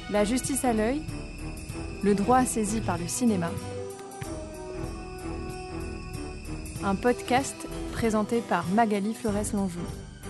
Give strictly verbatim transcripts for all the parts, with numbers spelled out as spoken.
La justice à l'œil, le droit saisi par le cinéma. Un podcast présenté par Magali Flores-Lonjou.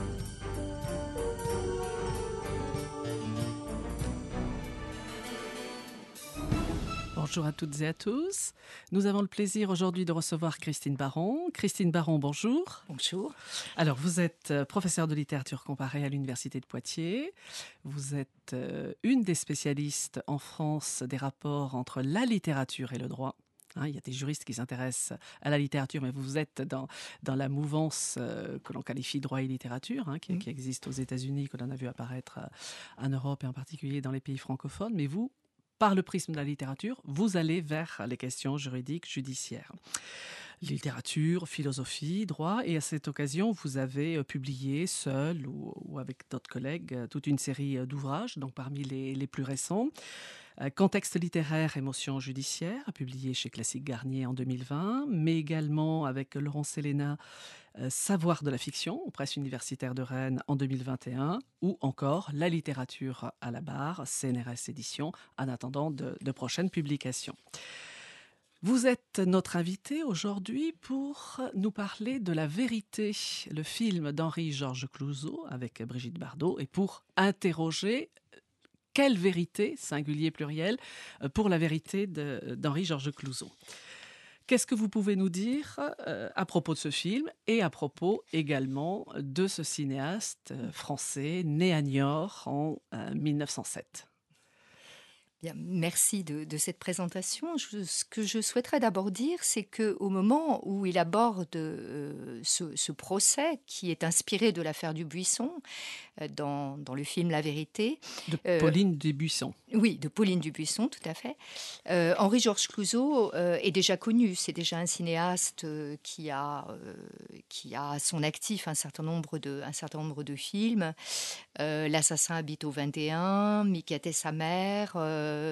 Bonjour à toutes et à tous. Nous avons le plaisir aujourd'hui de recevoir Christine Baron. Christine Baron, bonjour. Bonjour. Alors, vous êtes professeure de littérature comparée à l'Université de Poitiers. Vous êtes une des spécialistes en France des rapports entre la littérature et le droit. Hein, il y a des juristes qui s'intéressent à la littérature, mais vous êtes dans, dans la mouvance euh, que l'on qualifie droit et littérature, hein, qui, mmh. qui existe aux États-Unis, que l'on a vu apparaître euh, en Europe et en particulier dans les pays francophones. Mais vous, par le prisme de la littérature, vous allez vers les questions juridiques, judiciaires. Littérature, philosophie, droit, et à cette occasion, vous avez publié seul ou, ou avec d'autres collègues toute une série d'ouvrages, donc parmi les, les plus récents. Contexte littéraire, émotion judiciaire, publié chez Classique Garnier en deux mille vingt, mais également avec Laurent Séléna, euh, Savoir de la fiction, aux presses universitaires de Rennes en deux mille vingt et un, ou encore La littérature à la barre, C N R S Éditions, en attendant de, de prochaines publications. Vous êtes notre invité aujourd'hui pour nous parler de La vérité, le film d'Henri-Georges Clouzot avec Brigitte Bardot, et pour interroger quelle vérité, singulier pluriel, pour La vérité de, d'Henri-Georges Clouzot. Qu'est-ce que vous pouvez nous dire euh, à propos de ce film et à propos également de ce cinéaste français né à Niort en euh, mille neuf cent sept? Bien, merci de, de cette présentation. Je, ce que je souhaiterais d'abord dire, c'est qu'au moment où il aborde euh, ce, ce procès qui est inspiré de l'affaire Dubuisson, euh, dans, dans le film La vérité... De Pauline euh, Dubuisson. Oui, de Pauline Dubuisson, tout à fait. Euh, Henri-Georges Clouzot euh, est déjà connu. C'est déjà un cinéaste euh, qui, a, euh, qui a à son actif un certain nombre de, un certain nombre de films. Euh, L'assassin habite au vingt et un, Miquette et sa mère... Euh, Euh,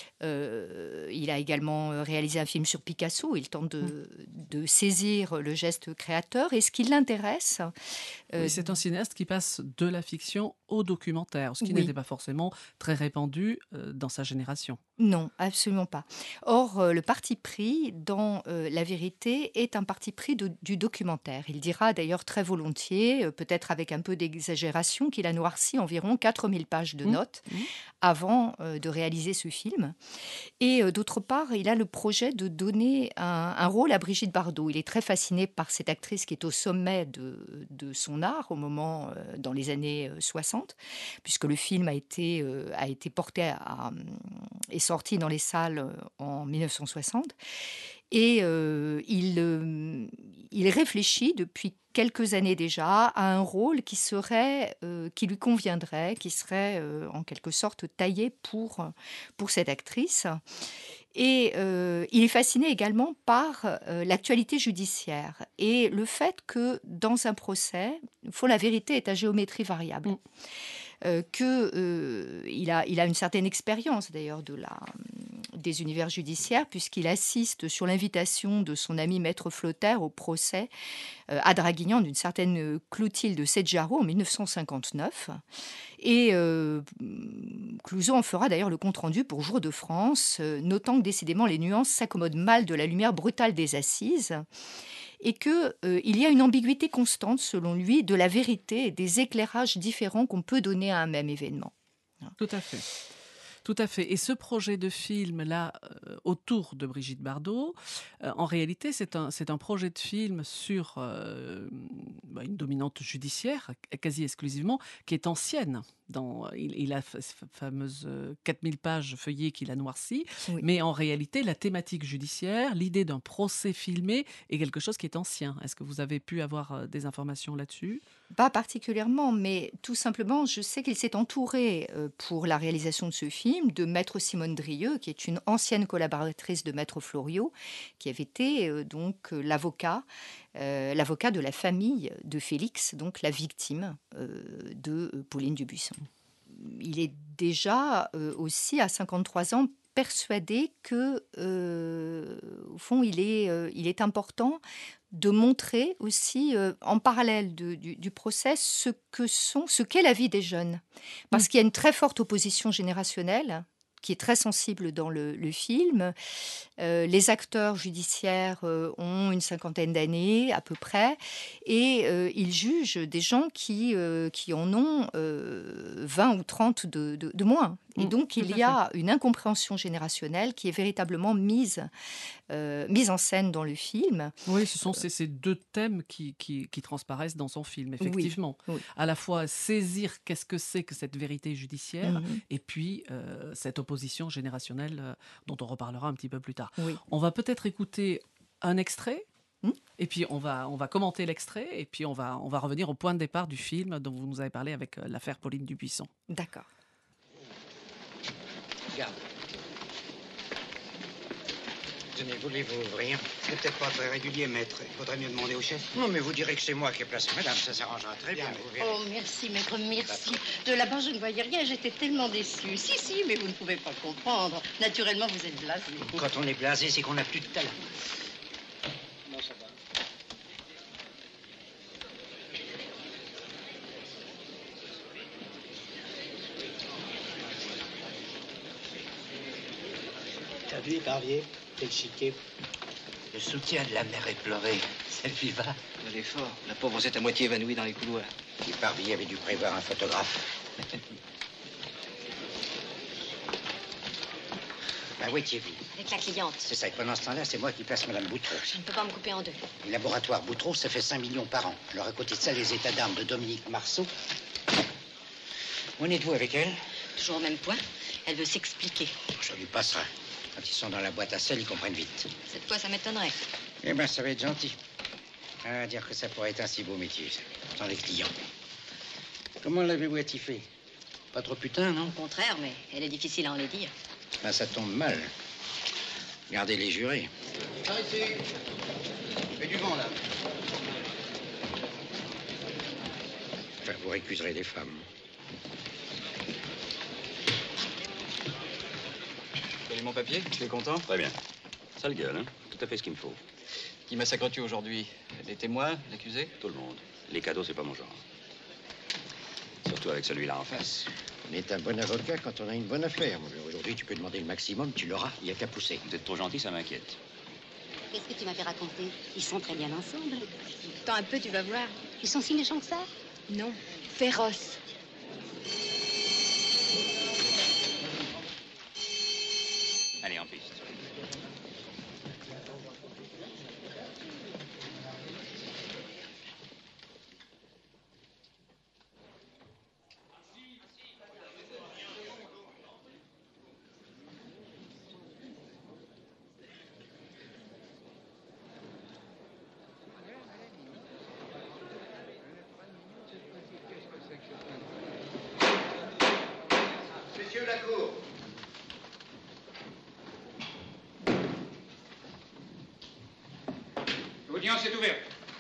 euh, il a également réalisé un film sur Picasso. Il tente de, de saisir le geste créateur. Et ce qui l'intéresse... Euh, oui, c'est un cinéaste qui passe de la fiction au documentaire, ce qui oui. n'était pas forcément très répandu euh, dans sa génération. Non, absolument pas. Or, euh, le parti pris dans euh, La vérité est un parti pris de, du documentaire. Il dira d'ailleurs très volontiers, euh, peut-être avec un peu d'exagération, qu'il a noirci environ quatre mille pages de notes mmh. avant euh, de réaliser ce film. Et euh, d'autre part, il a le projet de donner un, un rôle à Brigitte Bardot. Il est très fasciné par cette actrice qui est au sommet de, de son art au moment, euh, dans les années soixante, puisque le film a été, euh, a été porté à, à, est sorti dans les salles en mille neuf cent soixante. Et euh, il, euh, il réfléchit depuis quelques années déjà à un rôle qui serait, euh, qui lui conviendrait, qui serait euh, en quelque sorte taillé pour, pour cette actrice. Et euh, il est fasciné également par euh, l'actualité judiciaire et le fait que dans un procès, faut la vérité est à géométrie variable. Mm. Euh, qu'il euh, a, il a une certaine expérience d'ailleurs de la, des univers judiciaires puisqu'il assiste sur l'invitation de son ami Maître Flotter au procès euh, à Draguignan d'une certaine Clotilde Sedjaro en mille neuf cent cinquante-neuf. Et euh, Clouzot en fera d'ailleurs le compte-rendu pour Jour de France, euh, notant que décidément les nuances s'accommodent mal de la lumière brutale des assises et qu'il euh, y a une ambiguïté constante, selon lui, de la vérité et des éclairages différents qu'on peut donner à un même événement. Tout à fait. Tout à fait. Et ce projet de film-là, euh, autour de Brigitte Bardot, euh, en réalité, c'est un, c'est un projet de film sur euh, bah, une dominante judiciaire, quasi exclusivement, qui est ancienne. Dans, il, il a cette fameuse quatre mille pages feuillées qu'il a noircies, oui. Mais en réalité, la thématique judiciaire, l'idée d'un procès filmé est quelque chose qui est ancien. Est-ce que vous avez pu avoir des informations là-dessus ? Pas particulièrement, mais tout simplement, je sais qu'il s'est entouré euh, pour la réalisation de ce film de Maître Simone Drieux, qui est une ancienne collaboratrice de Maître Floriot, qui avait été euh, donc euh, l'avocat, euh, l'avocat de la famille de Félix, donc la victime euh, de euh, Pauline Dubuisson. Il est déjà euh, aussi à cinquante-trois ans persuadé que, euh, au fond, il est, euh, il est important de montrer aussi, euh, en parallèle de, du, du procès, ce que sont, ce qu'est la vie des jeunes. Parce mmh. qu'il y a une très forte opposition générationnelle qui est très sensible dans le, le film. Euh, les acteurs judiciaires euh, ont une cinquantaine d'années à peu près, et euh, ils jugent des gens qui, euh, qui en ont euh, vingt ou trente de, de, de moins. Et Mmh, donc, tout il à y a une incompréhension générationnelle qui est véritablement mise, euh, mise en scène dans le film. Oui, ce sont ces, ces deux thèmes qui, qui, qui transparaissent dans son film, Oui, effectivement. oui. À la fois saisir qu'est-ce que c'est que cette vérité judiciaire, Mhm. et puis euh, cette opposition générationnelle euh, dont on reparlera un petit peu plus tard. Oui. On va peut-être écouter un extrait, Hmm. et puis on va, on va commenter l'extrait, et puis on va, on va revenir au point de départ du film dont vous nous avez parlé avec euh, l'affaire Pauline Dubuisson. D'accord. Garde. Tenez, voulez-vous ouvrir? C'est peut-être pas très régulier, maître. Il faudrait mieux demander au chef. Non, mais vous direz que c'est moi qui ai placé madame, ça s'arrangera très bien, vous verrez. Oh, merci, maître, merci. De là-bas, je ne voyais rien, j'étais tellement déçue. Si, si, mais vous ne pouvez pas comprendre. Naturellement, vous êtes blasé. Quand on est blasé, c'est qu'on n'a plus de talent. Non, ça va. T'as vu, éparvier? Quel chiquet. Le soutien de la mère est pleuré. Ça lui va. Elle est fort. La pauvre s'est à moitié évanouie dans les couloirs. L'éparvier avait dû prévoir un photographe. Bah, où étiez-vous? Avec la cliente. C'est ça, et pendant ce temps-là, c'est moi qui place madame Boutreau. Je ne peux pas me couper en deux. Le laboratoire Boutreau, ça fait cinq millions par an. Alors, à côté de ça, les états d'âme de Dominique Marceau. Où en êtes-vous avec elle? Toujours au même point. Elle veut s'expliquer. Ça lui passera. Quand ils sont dans la boîte à sel, ils comprennent vite. Cette fois, ça m'étonnerait. Eh ben, ça va être gentil. Ah, dire que ça pourrait être un si beau métier, ça. Sans les clients. Comment l'avez-vous attifé? Pas trop putain, non? Au contraire, mais elle est difficile à en les dire. Ben, ça tombe mal. Gardez les jurés. Par ici. Il fait du vent, là. Enfin, vous récuserez les femmes. Vous avez mon papier? Tu es content? Très bien. Sale gueule, hein? Tout à fait ce qu'il me faut. Qui massacre-tu aujourd'hui? Les témoins? L'accusé? Tout le monde. Les cadeaux, c'est pas mon genre. Surtout avec celui-là en face. On est un bon avocat quand on a une bonne affaire. Aujourd'hui, tu peux demander le maximum, tu l'auras, il n'y a qu'à pousser. Vous êtes trop gentil, ça m'inquiète. Qu'est-ce que tu m'avais raconté? Ils sont très bien ensemble. Attends un peu, tu vas voir. Ils sont si méchants que ça? Non, féroces. Allez, en piste. Messieurs, la cour. L'audience est ouverte.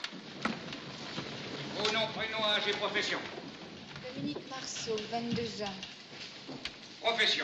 Vos noms, prénoms, âge et profession. Dominique Marceau, vingt-deux ans. Profession.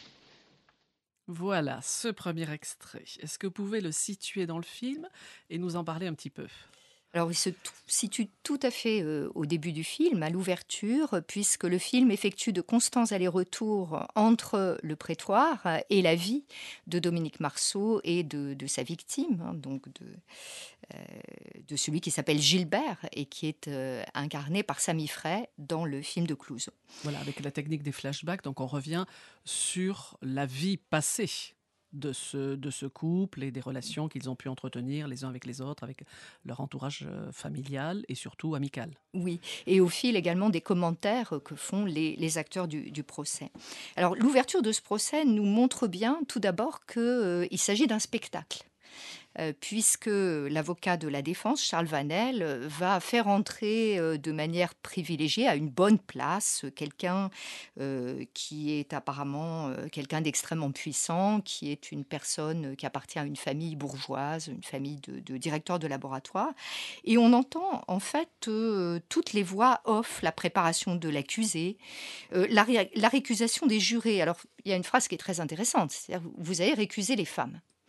Voilà, ce premier extrait. Est-ce que vous pouvez le situer dans le film et nous en parler un petit peu? Alors, il se t- situe tout à fait euh, au début du film, à l'ouverture, puisque le film effectue de constants allers-retours entre le prétoire et la vie de Dominique Marceau et de, de sa victime, hein, donc de, euh, de celui qui s'appelle Gilbert et qui est euh, incarné par Samy Frey dans le film de Clouzot. Voilà, avec la technique des flashbacks, donc on revient sur la vie passée de ce, de ce couple et des relations qu'ils ont pu entretenir les uns avec les autres, avec leur entourage euh, familial et surtout amical. Oui, et au fil également des commentaires que font les, les acteurs du, du procès. Alors, l'ouverture de ce procès nous montre bien, tout d'abord, qu'il euh, s'agit d'un spectacle. Euh, puisque l'avocat de la défense, Charles Vanel, euh, va faire entrer euh, de manière privilégiée à une bonne place euh, quelqu'un euh, qui est apparemment euh, quelqu'un d'extrêmement puissant, qui est une personne qui appartient à une famille bourgeoise, une famille de, de directeurs de laboratoire. Et on entend en fait euh, toutes les voix off, la préparation de l'accusé, euh, la, ré- la récusation des jurés. Alors, il y a une phrase qui est très intéressante, c'est-à-dire vous avez récusé les femmes.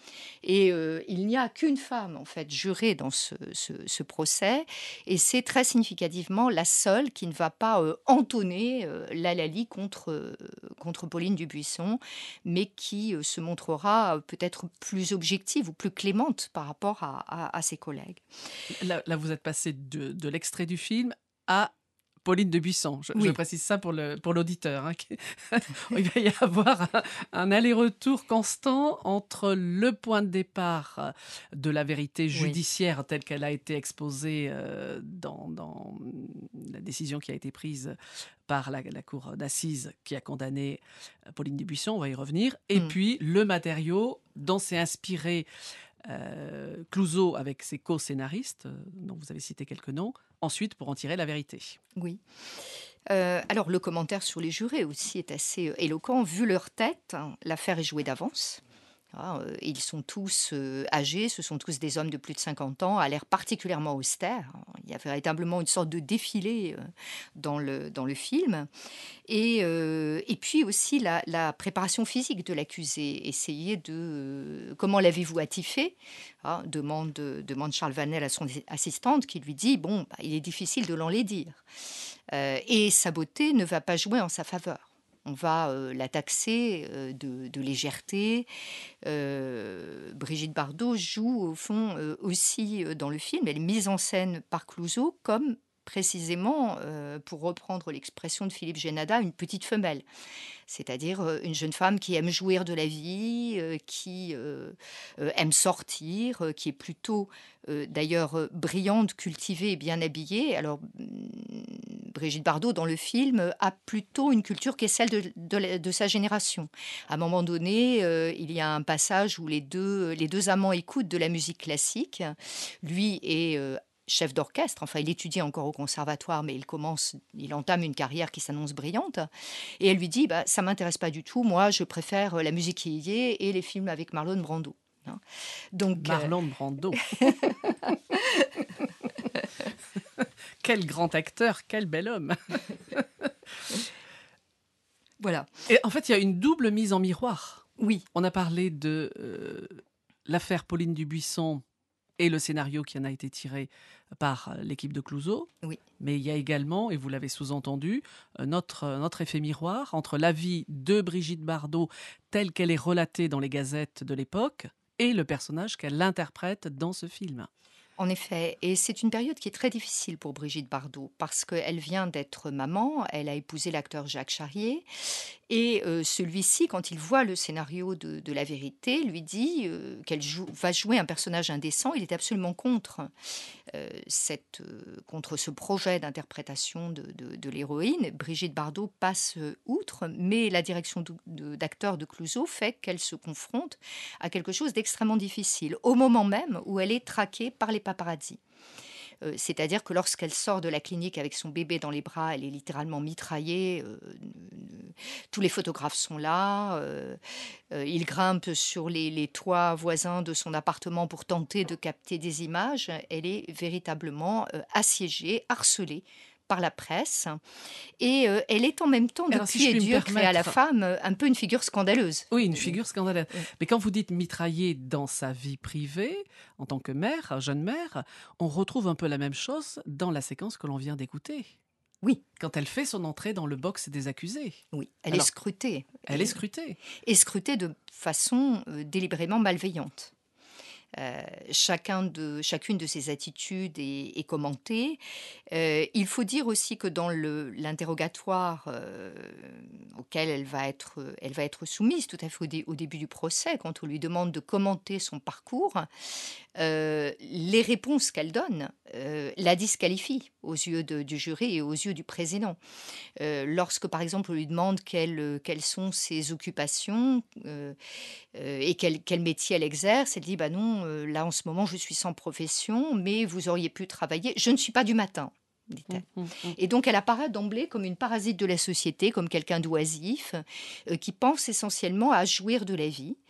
Et euh, il n'y a qu'une femme, en fait, jurée dans ce, ce, ce procès. Et c'est très significativement la seule qui ne va pas euh, entonner euh, l'hallali contre, euh, contre Pauline Dubuisson, mais qui euh, se montrera euh, peut-être plus objective ou plus clémente par rapport à, à, à ses collègues. Là, là, vous êtes passé de, de l'extrait du film à Pauline Dubuisson. Je, Oui. je précise ça pour, le, pour l'auditeur. Hein. Il va y avoir un, un aller-retour constant entre le point de départ de la vérité judiciaire oui. telle qu'elle a été exposée euh, dans, dans la décision qui a été prise par la, la cour d'assises qui a condamné Pauline Dubuisson, on va y revenir, et mmh. puis le matériau dont s'est inspiré euh, Clouzot avec ses co-scénaristes, euh, dont vous avez cité quelques noms, ensuite pour en tirer la vérité. Oui. Euh, alors le commentaire sur les jurés aussi est assez éloquent. Vu leur tête, hein, l'affaire est jouée d'avance. Ah, euh, ils sont tous euh, âgés, ce sont tous des hommes de plus de cinquante ans, à l'air particulièrement austère. Il y a véritablement une sorte de défilé euh, dans, le, dans le film. Et, euh, et puis aussi la, la préparation physique de l'accusé. Essayer de... Euh, comment l'avez-vous attifé ah, demande, demande Charles Vanel à son assistante qui lui dit, bon, bah, il est difficile de l'enlaidir. Euh, et sa beauté ne va pas jouer en sa faveur. On va euh, la taxer euh, de, de légèreté. Euh, Brigitte Bardot joue au fond euh, aussi euh, dans le film. Elle est mise en scène par Clouzot comme précisément, euh, pour reprendre l'expression de Philippe Génada, une petite femelle. C'est-à-dire euh, une jeune femme qui aime jouir de la vie, euh, qui euh, euh, aime sortir, euh, qui est plutôt euh, d'ailleurs euh, brillante, cultivée et bien habillée. Alors Brigitte Bardot, dans le film, a plutôt une culture qui est celle de, de, de sa génération. À un moment donné, euh, il y a un passage où les deux, les deux amants écoutent de la musique classique. Lui est euh, chef d'orchestre, enfin il étudie encore au conservatoire, mais il commence, il entame une carrière qui s'annonce brillante. Et elle lui dit, bah, ça m'intéresse pas du tout, moi je préfère la musique qui y est et les films avec Marlon Brando. Donc, Marlon euh... Brando. Quel grand acteur, quel bel homme. Voilà. Et en fait, il y a une double mise en miroir. Oui. On a parlé de euh, l'affaire Pauline Dubuisson et le scénario qui en a été tiré par l'équipe de Clouzot. Oui. Mais il y a également, et vous l'avez sous-entendu, notre, notre effet miroir entre la vie de Brigitte Bardot telle qu'elle est relatée dans les gazettes de l'époque et le personnage qu'elle interprète dans ce film. En effet, et c'est une période qui est très difficile pour Brigitte Bardot parce qu'elle vient d'être maman, elle a épousé l'acteur Jacques Charrier et euh, celui-ci, quand il voit le scénario de, de La Vérité, lui dit euh, qu'elle joue, va jouer un personnage indécent. Il est absolument contre, euh, cette, euh, contre ce projet d'interprétation de, de, de l'héroïne. Brigitte Bardot passe outre, mais la direction de, de, d'acteur de Clouzot fait qu'elle se confronte à quelque chose d'extrêmement difficile, au moment même où elle est traquée par les paparazzi. Euh, c'est-à-dire que lorsqu'elle sort de la clinique avec son bébé dans les bras, elle est littéralement mitraillée. Euh, euh, tous les photographes sont là. Euh, euh, ils grimpent sur les, les toits voisins de son appartement pour tenter de capter des images. Elle est véritablement euh, assiégée, harcelée par la presse. Et euh, elle est en même temps, Alors, depuis si et Dieu permettre... créa la femme, un peu une figure scandaleuse. Oui, une figure scandaleuse. Oui. Mais quand vous dites mitraillée dans sa vie privée, en tant que mère, jeune mère, on retrouve un peu la même chose dans la séquence que l'on vient d'écouter. Oui. Quand elle fait son entrée dans le box des accusés. Oui, elle Alors, est scrutée. Elle et, est scrutée. Et scrutée de façon euh, délibérément malveillante. Euh, chacun de, chacune de ses attitudes est, est commentée. Euh, il faut dire aussi que dans le, l'interrogatoire euh, auquel elle va, être, elle va être soumise tout à fait au, dé, au début du procès, quand on lui demande de commenter son parcours, euh, les réponses qu'elle donne euh, la disqualifient aux yeux de, du jury et aux yeux du président. Euh, lorsque, par exemple, on lui demande quelles, quelles sont ses occupations euh, euh, et quel, quel métier elle exerce, elle dit bah non, euh, là en ce moment je suis sans profession, mais vous auriez pu travailler. Je ne suis pas du matin, dit-elle. Mmh, mmh. Et donc elle apparaît d'emblée comme une parasite de la société, comme quelqu'un d'oisif, euh, qui pense essentiellement à jouir de la vie.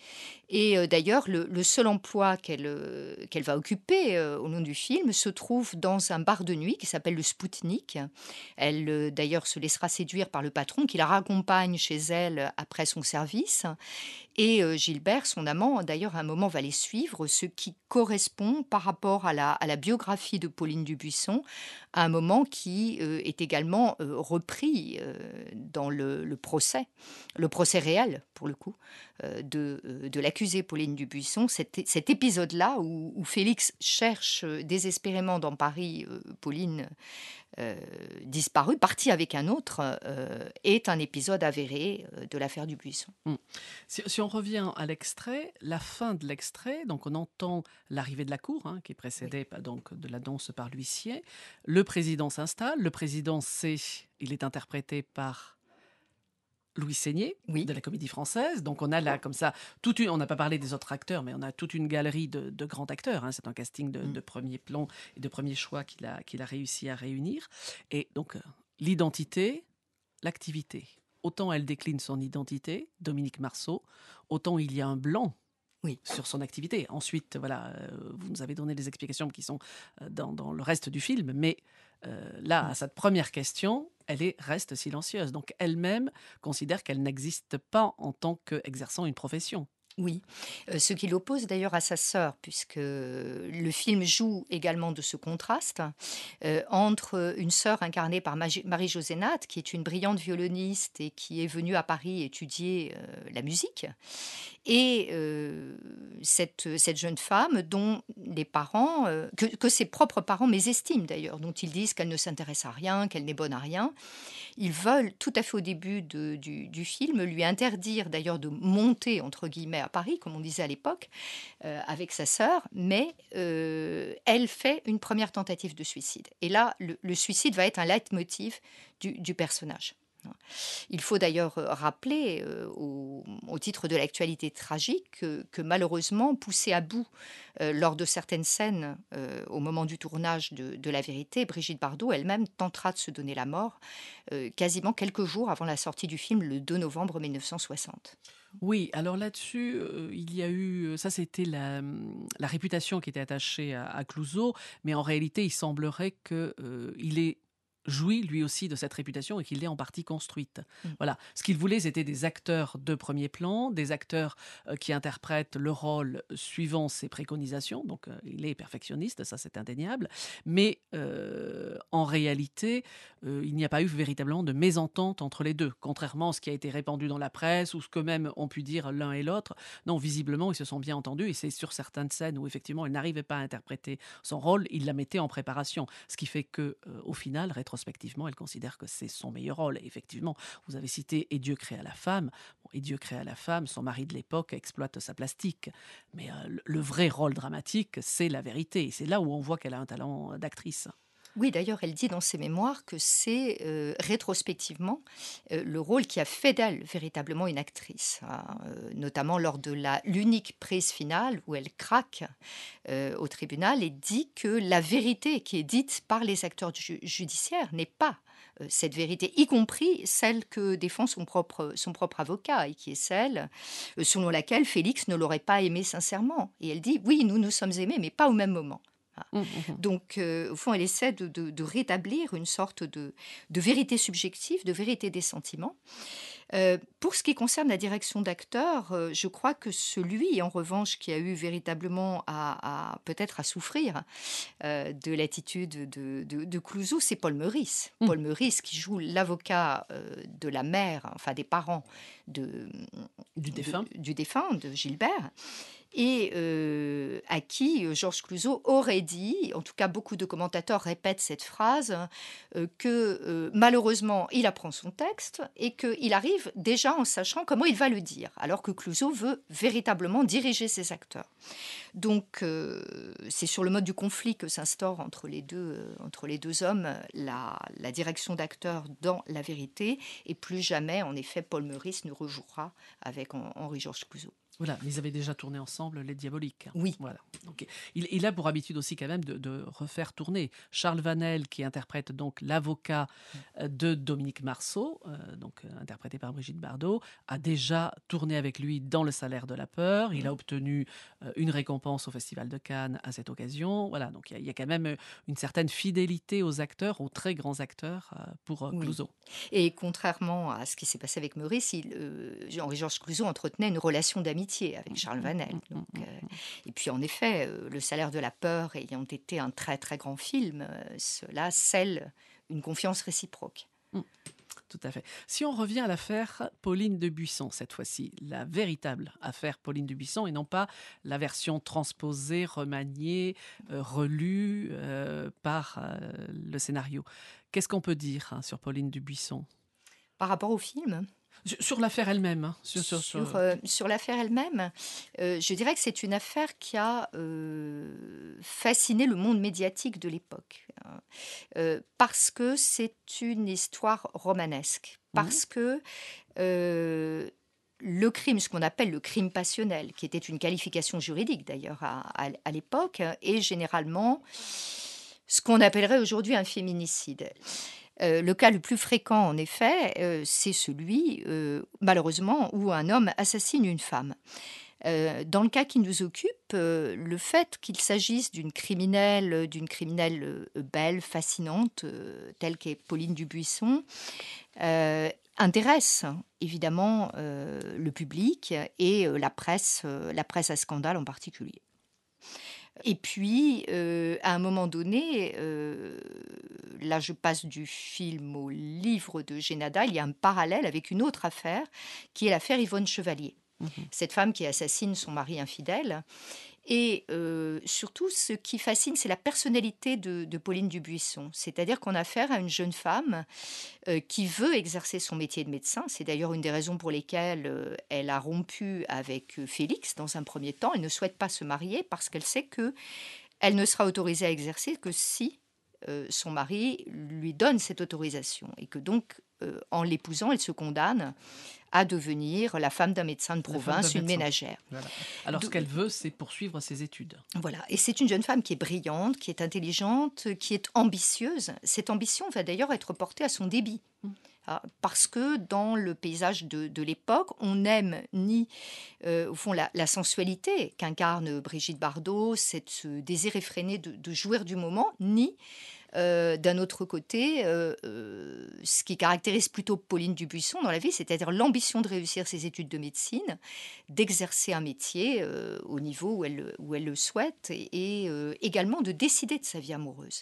Et euh, d'ailleurs, le, le seul emploi qu'elle euh, qu'elle va occuper euh, au long du film se trouve dans un bar de nuit qui s'appelle le Spoutnik. Elle, euh, d'ailleurs, se laissera séduire par le patron qui la raccompagne chez elle après son service. Et euh, Gilbert, son amant, d'ailleurs, à un moment va les suivre, ce qui correspond par rapport à la, à la biographie de Pauline Dubuisson, à un moment qui euh, est également euh, repris euh, dans le, le procès, le procès réel, pour le coup, euh, de, euh, de l'accusée Pauline Dubuisson. Cet, cet épisode-là, où, où Félix cherche euh, désespérément dans Paris euh, Pauline euh, disparue, partie avec un autre, euh, est un épisode avéré euh, de l'affaire Dubuisson. Mmh. Si, si on revient à l'extrait, la fin de l'extrait, donc on entend l'arrivée de la cour, hein, qui est précédée oui. donc, de l'annonce par l'huissier. Le président s'installe. Le président, c'est, il est interprété par Louis Seigné, oui. de la Comédie Française. Donc on a là, comme ça, toute une, on n'a pas parlé des autres acteurs, mais on a toute une galerie de, de grands acteurs. Hein. C'est un casting de, mmh. de premier plan et de premier choix qu'il a, qu'il a réussi à réunir. Et donc, euh, l'identité, l'activité. Autant elle décline son identité, Dominique Marceau, autant il y a un blanc oui. sur son activité. Ensuite, voilà, euh, vous nous avez donné des explications qui sont euh, dans, dans le reste du film, mais euh, là, mmh. à cette première question, elle est, reste silencieuse. Donc elle-même considère qu'elle n'existe pas en tant qu'exerçant une profession. Oui, euh, ce qui l'oppose d'ailleurs à sa sœur, puisque le film joue également de ce contraste euh, entre une sœur incarnée par Marie-Josée Nat, qui est une brillante violoniste et qui est venue à Paris étudier euh, la musique, et euh, cette, cette jeune femme dont les parents, euh, que, que ses propres parents mésestiment d'ailleurs, dont ils disent qu'elle ne s'intéresse à rien, qu'elle n'est bonne à rien. Ils veulent, tout à fait au début de, du, du film, lui interdire d'ailleurs de monter, entre guillemets, à Paris, comme on disait à l'époque, euh, avec sa sœur, mais euh, elle fait une première tentative de suicide. Et là, le, le suicide va être un leitmotiv du, du personnage. Il faut d'ailleurs rappeler, euh, au, au titre de l'actualité tragique, que, que malheureusement, poussée à bout euh, lors de certaines scènes, euh, au moment du tournage de, de La Vérité, Brigitte Bardot elle-même tentera de se donner la mort, euh, quasiment quelques jours avant la sortie du film, le deux novembre mille neuf cent soixante. Oui, alors là-dessus, euh, il y a eu, ça c'était la, la réputation qui était attachée à, à Clouzot, mais en réalité, il semblerait qu'il euh, ait jouit lui aussi de cette réputation et qu'il l'ait en partie construite. Mmh. Voilà. Ce qu'il voulait, c'était des acteurs de premier plan, des acteurs euh, qui interprètent le rôle suivant ses préconisations. Donc, euh, il est perfectionniste, ça c'est indéniable. Mais euh, en réalité, euh, il n'y a pas eu véritablement de mésentente entre les deux, contrairement à ce qui a été répandu dans la presse ou ce que même ont pu dire l'un et l'autre. Non, visiblement, ils se sont bien entendus et c'est sur certaines scènes où effectivement, elle n'arrivait pas à interpréter son rôle, il la mettait en préparation. Ce qui fait que, euh, au final, rétrospectivement, Rétrospectivement, elle considère que c'est son meilleur rôle. Et effectivement, vous avez cité « Et Dieu créa la femme ». Bon, « Et Dieu créa la femme », son mari de l'époque exploite sa plastique. Mais euh, le vrai rôle dramatique, c'est La Vérité. Et c'est là où on voit qu'elle a un talent d'actrice. Oui, d'ailleurs, elle dit dans ses mémoires que c'est euh, rétrospectivement euh, le rôle qui a fait d'elle véritablement une actrice, hein, euh, notamment lors de la, l'unique prise finale où elle craque euh, au tribunal et dit que la vérité qui est dite par les acteurs ju- judiciaires n'est pas euh, cette vérité, y compris celle que défend son propre, son propre avocat et qui est celle euh, selon laquelle Félix ne l'aurait pas aimé sincèrement. Et elle dit, oui, nous nous sommes aimés, mais pas au même moment. Mmh, mmh. Donc, euh, au fond, elle essaie de, de, de rétablir une sorte de, de vérité subjective, de vérité des sentiments. Euh, pour ce qui concerne la direction d'acteur, euh, je crois que celui, en revanche, qui a eu véritablement à, à peut-être à souffrir euh, de l'attitude de, de, de Clouzot, c'est Paul Meurice. Mmh. Paul Meurice qui joue l'avocat euh, de la mère, enfin des parents de, du, défunt. de, du défunt, de Gilbert. Et euh, à qui Georges Clouzot aurait dit, en tout cas beaucoup de commentateurs répètent cette phrase, euh, que euh, malheureusement il apprend son texte et qu'il arrive déjà en sachant comment il va le dire, alors que Clouzot veut véritablement diriger ses acteurs. Donc euh, c'est sur le mode du conflit que s'instaure entre les deux, euh, entre les deux hommes la, la direction d'acteur dans La Vérité, et plus jamais en effet Paul Meurice ne rejouera avec Henri-Georges Clouzot. Voilà, mais ils avaient déjà tourné ensemble Les Diaboliques. Oui. Voilà. Donc, il, il a pour habitude aussi quand même de, de refaire tourner. Charles Vanel, qui interprète donc l'avocat de Dominique Marceau, euh, donc euh, interprété par Brigitte Bardot, a déjà tourné avec lui dans Le Salaire de la peur. Il a obtenu euh, une récompense au Festival de Cannes à cette occasion. Voilà, donc il y, a, il y a quand même une certaine fidélité aux acteurs, aux très grands acteurs euh, pour euh, Oui. Clouzot. Et contrairement à ce qui s'est passé avec Meurice, il, euh, Henri-Georges Clouzot entretenait une relation d'amitié avec Charles Vanel. Donc, euh, et puis en effet, euh, Le Salaire de la peur ayant été un très très grand film, euh, cela scelle une confiance réciproque. Mmh. Tout à fait. Si on revient à l'affaire Pauline de Buisson, cette fois-ci, la véritable affaire Pauline de Buisson, et non pas la version transposée, remaniée, euh, relue euh, par euh, le scénario. Qu'est-ce qu'on peut dire hein, sur Pauline de Buisson ? Par rapport au film ? Sur, sur l'affaire elle-même. Hein, sur sur, sur, sur... Euh, sur l'affaire elle-même, euh, je dirais que c'est une affaire qui a euh, fasciné le monde médiatique de l'époque. Hein, euh, parce que c'est une histoire romanesque. Parce mmh. que euh, le crime, ce qu'on appelle le crime passionnel, qui était une qualification juridique d'ailleurs à, à, à l'époque, est généralement ce qu'on appellerait aujourd'hui un féminicide. Euh, le cas le plus fréquent, en effet, euh, c'est celui, euh, malheureusement, où un homme assassine une femme. Euh, dans le cas qui nous occupe, euh, le fait qu'il s'agisse d'une criminelle, d'une criminelle euh, belle, fascinante, euh, telle qu'est Pauline Dubuisson, euh, intéresse évidemment euh, le public et euh, la presse, euh, la presse à scandale en particulier. Et puis, euh, à un moment donné, euh, là je passe du film au livre de Génada, il y a un parallèle avec une autre affaire, qui est l'affaire Yvonne Chevalier. Mmh. Cette femme qui assassine son mari infidèle. Et euh, surtout, ce qui fascine, c'est la personnalité de, de Pauline Dubuisson. C'est-à-dire qu'on a affaire à une jeune femme euh, qui veut exercer son métier de médecin. C'est d'ailleurs une des raisons pour lesquelles euh, elle a rompu avec Félix dans un premier temps. Elle ne souhaite pas se marier parce qu'elle sait qu'elle ne sera autorisée à exercer que si euh, son mari lui donne cette autorisation. Et que donc, euh, en l'épousant, elle se condamne à devenir la femme d'un médecin de province, une médecin. ménagère. Voilà. Alors, ce qu'elle veut, c'est poursuivre ses études. Voilà. Et c'est une jeune femme qui est brillante, qui est intelligente, qui est ambitieuse. Cette ambition va d'ailleurs être portée à son débit. Mmh. Parce que dans le paysage de, de l'époque, on n'aime ni euh, au fond, la, la sensualité qu'incarne Brigitte Bardot, cette, ce désir effréné de, de jouir du moment, ni Euh, d'un autre côté, euh, euh, ce qui caractérise plutôt Pauline Dubuisson dans la vie, c'est-à-dire l'ambition de réussir ses études de médecine, d'exercer un métier euh, au niveau où elle, où elle le souhaite, et, et euh, également de décider de sa vie amoureuse.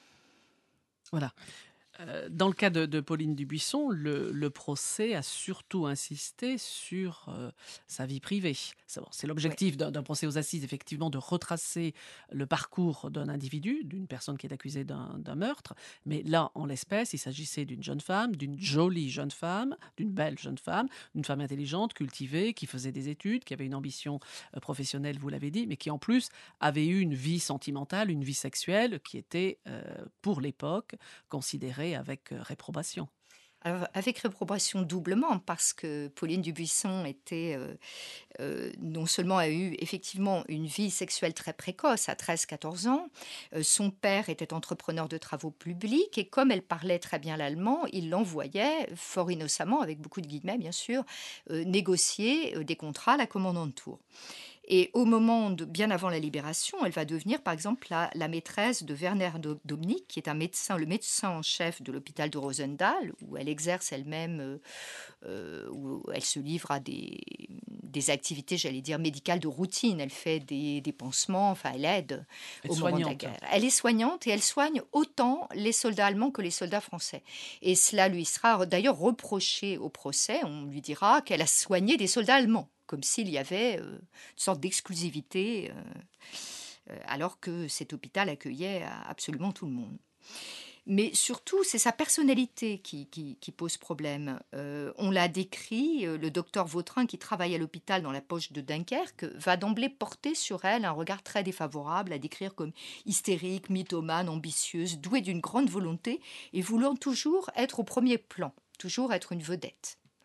Voilà. Dans le cas de, de Pauline Dubuisson, le, le procès a surtout insisté sur euh, sa vie privée. C'est, bon, c'est l'objectif oui. d'un, d'un procès aux assises, effectivement, de retracer le parcours d'un individu, d'une personne qui est accusée d'un, d'un meurtre. Mais là, en l'espèce, il s'agissait d'une jeune femme, d'une jolie jeune femme, d'une belle jeune femme, d'une femme intelligente, cultivée, qui faisait des études, qui avait une ambition euh, professionnelle, vous l'avez dit, mais qui en plus avait eu une vie sentimentale, une vie sexuelle qui était, euh, pour l'époque, considérée avec réprobation. Alors, avec réprobation doublement, parce que Pauline Dubuisson était, euh, euh, non seulement a eu effectivement une vie sexuelle très précoce, à treize quatorze ans, euh, son père était entrepreneur de travaux publics, et comme elle parlait très bien l'allemand, il l'envoyait, fort innocemment, avec beaucoup de guillemets bien sûr, euh, négocier euh, des contrats à la commandant de Tours. Et au moment, de, bien avant la libération, elle va devenir, par exemple, la, la maîtresse de Werner Domnick, qui est un médecin, le médecin en chef de l'hôpital de Rosendael, où elle exerce elle-même, euh, euh, où elle se livre à des, des activités, j'allais dire, médicales de routine. Elle fait des, des pansements, enfin, elle aide elle au moment de la guerre. Elle est soignante et elle soigne autant les soldats allemands que les soldats français. Et cela lui sera d'ailleurs reproché au procès. On lui dira qu'elle a soigné des soldats allemands, comme s'il y avait euh, une sorte d'exclusivité, euh, alors que cet hôpital accueillait absolument tout le monde. Mais surtout, c'est sa personnalité qui, qui, qui pose problème. Euh, on l'a décrit, euh, le docteur Vautrin, qui travaille à l'hôpital dans la poche de Dunkerque, va d'emblée porter sur elle un regard très défavorable, à décrire comme hystérique, mythomane, ambitieuse, douée d'une grande volonté et voulant toujours être au premier plan, toujours être une vedette.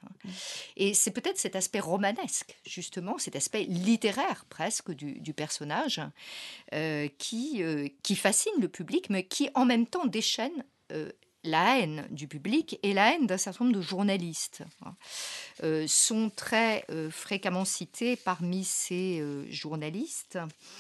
Et c'est peut-être cet aspect romanesque, justement, cet aspect littéraire presque du, du personnage, euh, qui, euh, qui fascine le public, mais qui en même temps déchaîne euh, la haine du public et la haine d'un certain nombre de journalistes. Euh, sont très euh, fréquemment cités parmi ces euh, journalistes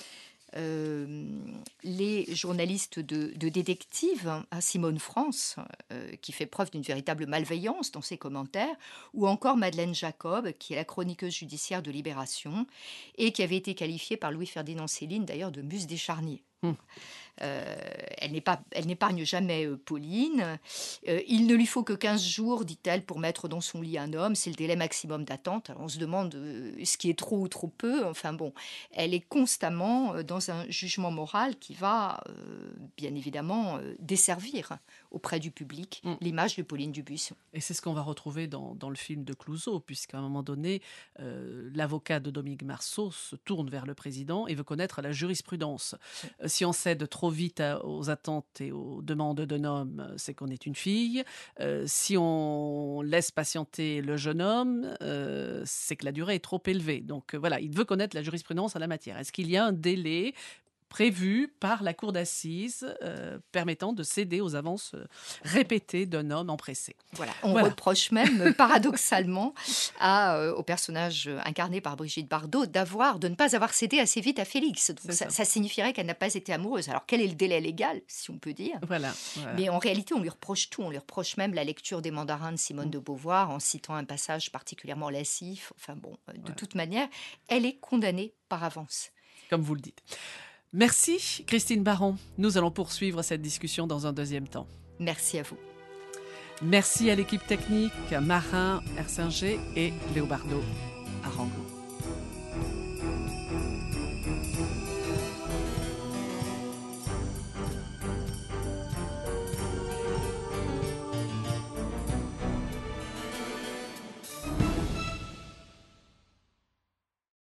Euh, les journalistes de, de détectives, hein, Simone France, euh, qui fait preuve d'une véritable malveillance dans ses commentaires, ou encore Madeleine Jacob, qui est la chroniqueuse judiciaire de Libération, et qui avait été qualifiée par Louis-Ferdinand Céline, d'ailleurs, de muse des charniers. Mmh. Euh, elle, n'est pas, elle n'épargne jamais euh, Pauline. Euh, il ne lui faut que quinze jours, dit-elle, pour mettre dans son lit un homme. C'est le délai maximum d'attente. Alors on se demande euh, ce qui est trop ou trop peu. Enfin bon, elle est constamment euh, dans un jugement moral qui va, euh, bien évidemment, euh, desservir auprès du public mmh. l'image de Pauline Dubuisson. Et c'est ce qu'on va retrouver dans, dans le film de Clouzot, puisqu'à un moment donné, euh, l'avocat de Dominique Marceau se tourne vers le président et veut connaître la jurisprudence. Mmh. Si on cède trop vite à, aux attentes et aux demandes d'un homme, c'est qu'on est une fille. Euh, si on laisse patienter le jeune homme, euh, c'est que la durée est trop élevée. Donc euh, voilà, il veut connaître la jurisprudence en la matière. Est-ce qu'il y a un délai prévu par la cour d'assises euh, permettant de céder aux avances répétées d'un homme empressé. Voilà, on voilà. reproche même paradoxalement à, euh, au personnage incarné par Brigitte Bardot d'avoir, de ne pas avoir cédé assez vite à Félix. Donc ça, ça. ça signifierait qu'elle n'a pas été amoureuse. Alors quel est le délai légal, si on peut dire ? Voilà, voilà. Mais en réalité, on lui reproche tout. On lui reproche même la lecture des Mandarins de Simone mmh. de Beauvoir en citant un passage particulièrement lascif. Enfin bon, de voilà. toute manière, elle est condamnée par avance. Comme vous le dites. Merci Christine Baron. Nous allons poursuivre cette discussion dans un deuxième temps. Merci à vous. Merci à l'équipe technique, Marin Ersinger et Léobardo Arango.